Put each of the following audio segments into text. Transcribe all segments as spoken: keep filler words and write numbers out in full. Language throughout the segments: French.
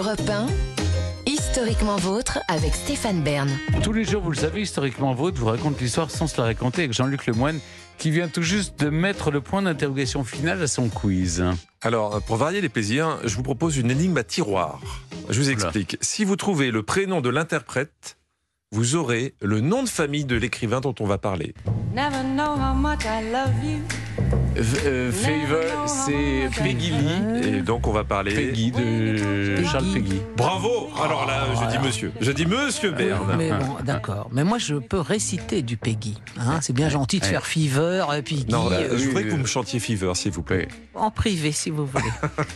Europe un, Historiquement Vôtre avec Stéphane Bern. Tous les jours, vous le savez, Historiquement Vôtre vous raconte l'histoire sans se la raconter avec Jean-Luc Lemoyne qui vient tout juste de mettre le point d'interrogation final à son quiz. Alors, pour varier les plaisirs, je vous propose une énigme à tiroir. Je vous explique. Si vous trouvez le prénom de l'interprète, vous aurez le nom de famille de l'écrivain dont on va parler. Never know how much I love you. Euh, Favor, c'est Peggy Lee. Et donc on va parler... Peggy de Peggy. Charles Peggy. Bravo. Alors là, je dis monsieur. Je dis monsieur Bern. Mais bon, d'accord. Mais moi, je peux réciter du Peggy. Hein, c'est bien gentil de faire Fever, Peggy. Non, là, euh, je voudrais oui, que vous oui. me chantiez Fever, s'il vous plaît. En privé, si vous voulez.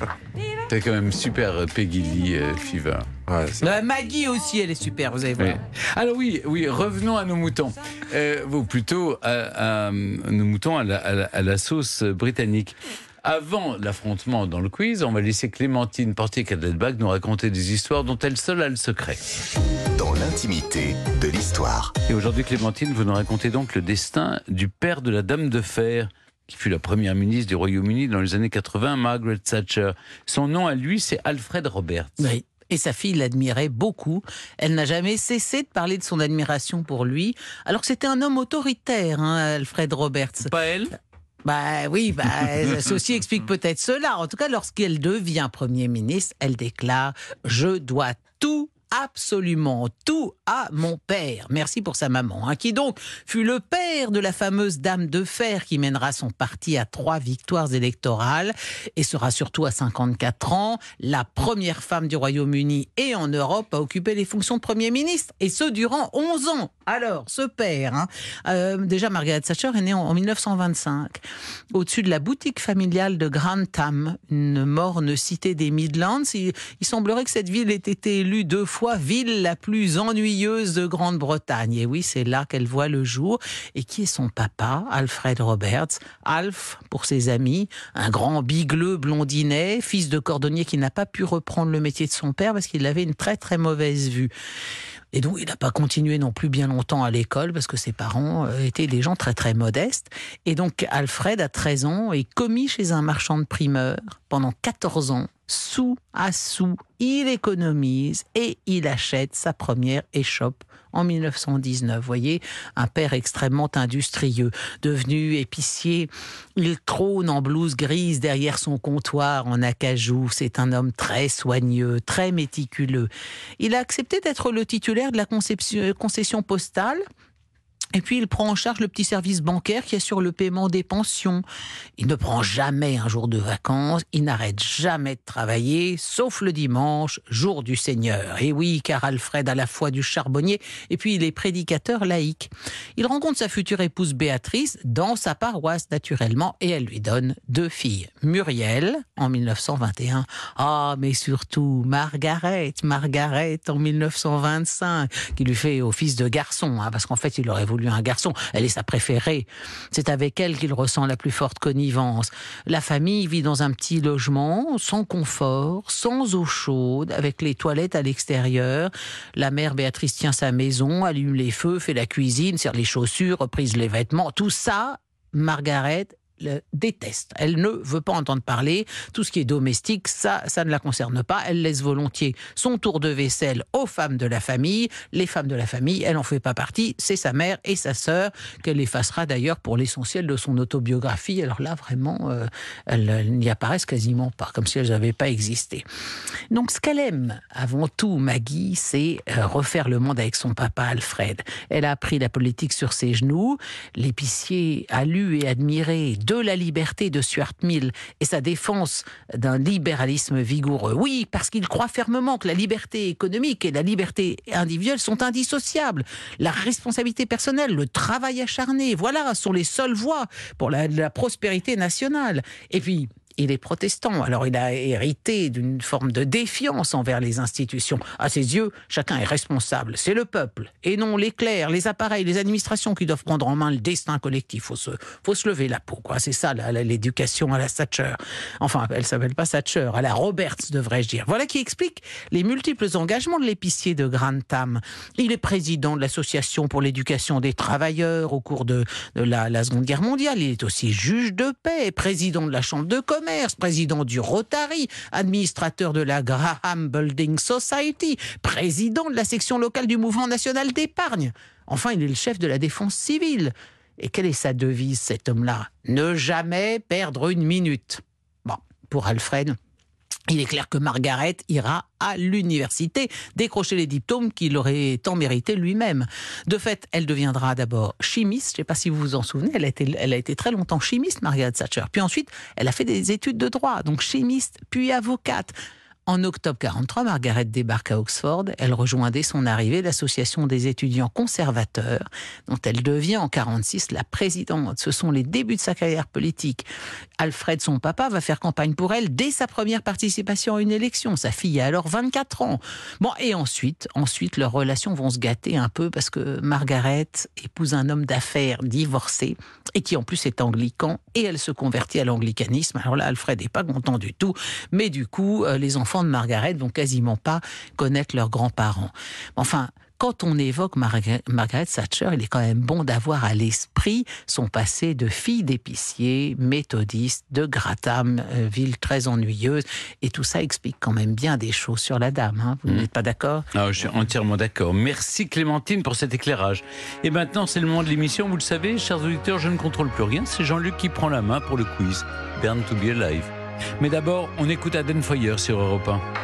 C'est quand même super, euh, Peggy Lee, euh, Fever. Ouais, c'est- Euh, Maggie aussi, elle est super, vous allez voir. Oui. Alors oui, oui, revenons à nos moutons. Euh, ou plutôt à, à nos moutons à la, à la- à la sauce britannique. Avant l'affrontement dans le quiz, on va laisser Clémentine Portier-Cadelbach nous raconter des histoires dont elle seule a le secret. Dans l'intimité de l'histoire. Et aujourd'hui, Clémentine, vous nous racontez donc le destin du père de la Dame de Fer, qui fut la première ministre du Royaume-Uni dans les années quatre-vingts, Margaret Thatcher. Son nom à lui, c'est Alfred Roberts. Oui. Et sa fille l'admirait beaucoup. Elle n'a jamais cessé de parler de son admiration pour lui, alors que c'était un homme autoritaire, hein, Alfred Roberts. Pas elle? Bah oui, bah, ceci explique peut-être cela. En tout cas, lorsqu'elle devient Premier ministre, elle déclare « Je dois tout, absolument tout à mon père ». Merci pour sa maman, hein, qui donc fut le père de la fameuse Dame de Fer qui mènera son parti à trois victoires électorales et sera surtout à cinquante-quatre ans la première femme du Royaume-Uni et en Europe à occuper les fonctions de Premier ministre, et ce durant onze ans. Alors, ce père, hein, euh, déjà Margaret Thatcher est née en, en mille neuf cent vingt-cinq, au-dessus de la boutique familiale de Grantham, une morne cité des Midlands. Il, il semblerait que cette ville ait été élue deux fois ville la plus ennuyeuse de Grande-Bretagne. Et oui, c'est là qu'elle voit le jour. Et qui est son papa, Alfred Roberts? Alf, pour ses amis, un grand bigleux blondinet, fils de cordonnier qui n'a pas pu reprendre le métier de son père parce qu'il avait une très très mauvaise vue. Et donc, il n'a pas continué non plus bien longtemps à l'école parce que ses parents euh, étaient des gens très très modestes. Et donc, Alfred, à treize ans, est commis chez un marchand de primeurs pendant quatorze ans. Sou à sou, il économise et il achète sa première échoppe en mille neuf cent dix-neuf. Vous voyez, un père extrêmement industrieux, devenu épicier. Il trône en blouse grise derrière son comptoir en acajou. C'est un homme très soigneux, très méticuleux. Il a accepté d'être le titulaire de la conception- concession postale. Et puis, il prend en charge le petit service bancaire qui assure le paiement des pensions. Il ne prend jamais un jour de vacances, il n'arrête jamais de travailler, sauf le dimanche, jour du Seigneur. Et oui, car Alfred a la foi du charbonnier, et puis il est prédicateur laïque. Il rencontre sa future épouse Béatrice dans sa paroisse, naturellement, et elle lui donne deux filles. Muriel, en mille neuf cent vingt et un, ah, mais surtout Margaret, Margaret, en mille neuf cent vingt-cinq, qui lui fait office de garçon, hein, parce qu'en fait, il aurait voulu un garçon. Elle est sa préférée. C'est avec elle qu'il ressent la plus forte connivence. La famille vit dans un petit logement, sans confort, sans eau chaude, avec les toilettes à l'extérieur. La mère Béatrice tient sa maison, allume les feux, fait la cuisine, serre les chaussures, reprise les vêtements. Tout ça, Margaret le déteste. Elle ne veut pas entendre parler. Tout ce qui est domestique, ça, ça ne la concerne pas. Elle laisse volontiers son tour de vaisselle aux femmes de la famille. Les femmes de la famille, elle n'en fait pas partie. C'est sa mère et sa sœur qu'elle effacera d'ailleurs pour l'essentiel de son autobiographie. Alors là, vraiment, euh, elles, elles n'y apparaissent quasiment pas, comme si elles n'avaient pas existé. Donc, ce qu'elle aime avant tout, Maggie, c'est euh, refaire le monde avec son papa Alfred. Elle a appris la politique sur ses genoux. L'épicier a lu et admiré de la liberté de Stuart Mill et sa défense d'un libéralisme vigoureux. Oui, parce qu'il croit fermement que la liberté économique et la liberté individuelle sont indissociables. La responsabilité personnelle, le travail acharné, voilà, sont les seules voies pour la, la prospérité nationale. Et puis, il est protestant, alors il a hérité d'une forme de défiance envers les institutions. À ses yeux, chacun est responsable. C'est le peuple, et non les clercs, les appareils, les administrations qui doivent prendre en main le destin collectif. Il faut se, faut se lever la peau, quoi. C'est ça, la, la, l'éducation à la Thatcher. Enfin, elle ne s'appelle pas Thatcher, à la Roberts, devrais-je dire. Voilà qui explique les multiples engagements de l'épicier de Grantham. Il est président de l'association pour l'éducation des travailleurs au cours de, de la, la Seconde Guerre mondiale. Il est aussi juge de paix, président de la Chambre de commerce, commerce, président du Rotary, administrateur de la Graham Building Society, président de la section locale du Mouvement national d'épargne. Enfin, il est le chef de la défense civile. Et quelle est sa devise, cet homme-là ? Ne jamais perdre une minute. Bon, pour Alfred, il est clair que Margaret ira à l'université décrocher les diplômes qu'il aurait tant mérité lui-même. De fait, elle deviendra d'abord chimiste. Je ne sais pas si vous vous en souvenez, elle a été, elle a été très longtemps chimiste, Margaret Thatcher. Puis ensuite, elle a fait des études de droit, donc chimiste, puis avocate. En octobre quarante-trois, Margaret débarque à Oxford. Elle rejoint dès son arrivée l'association des étudiants conservateurs, dont elle devient en quarante-six la présidente. Ce sont les débuts de sa carrière politique. Alfred, son papa, va faire campagne pour elle dès sa première participation à une élection. Sa fille a alors vingt-quatre ans. Bon, et ensuite, ensuite, leurs relations vont se gâter un peu parce que Margaret épouse un homme d'affaires divorcé et qui en plus est anglican, et elle se convertit à l'anglicanisme. Alors là, Alfred n'est pas content du tout, mais du coup, les enfants de Margaret vont quasiment pas connaître leurs grands-parents. Enfin, quand on évoque Marga- Margaret Thatcher, il est quand même bon d'avoir à l'esprit son passé de fille d'épicier, méthodiste, de Gratham, euh, ville très ennuyeuse. Et tout ça explique quand même bien des choses sur la dame. Hein. Vous mmh. n'êtes pas d'accord ? Ah, je suis entièrement d'accord. Merci Clémentine pour cet éclairage. Et maintenant, c'est le moment de l'émission. Vous le savez, chers auditeurs, je ne contrôle plus rien. C'est Jean-Luc qui prend la main pour le quiz. Born to be alive. Mais d'abord, on écoute Aden Foyer sur Europe un.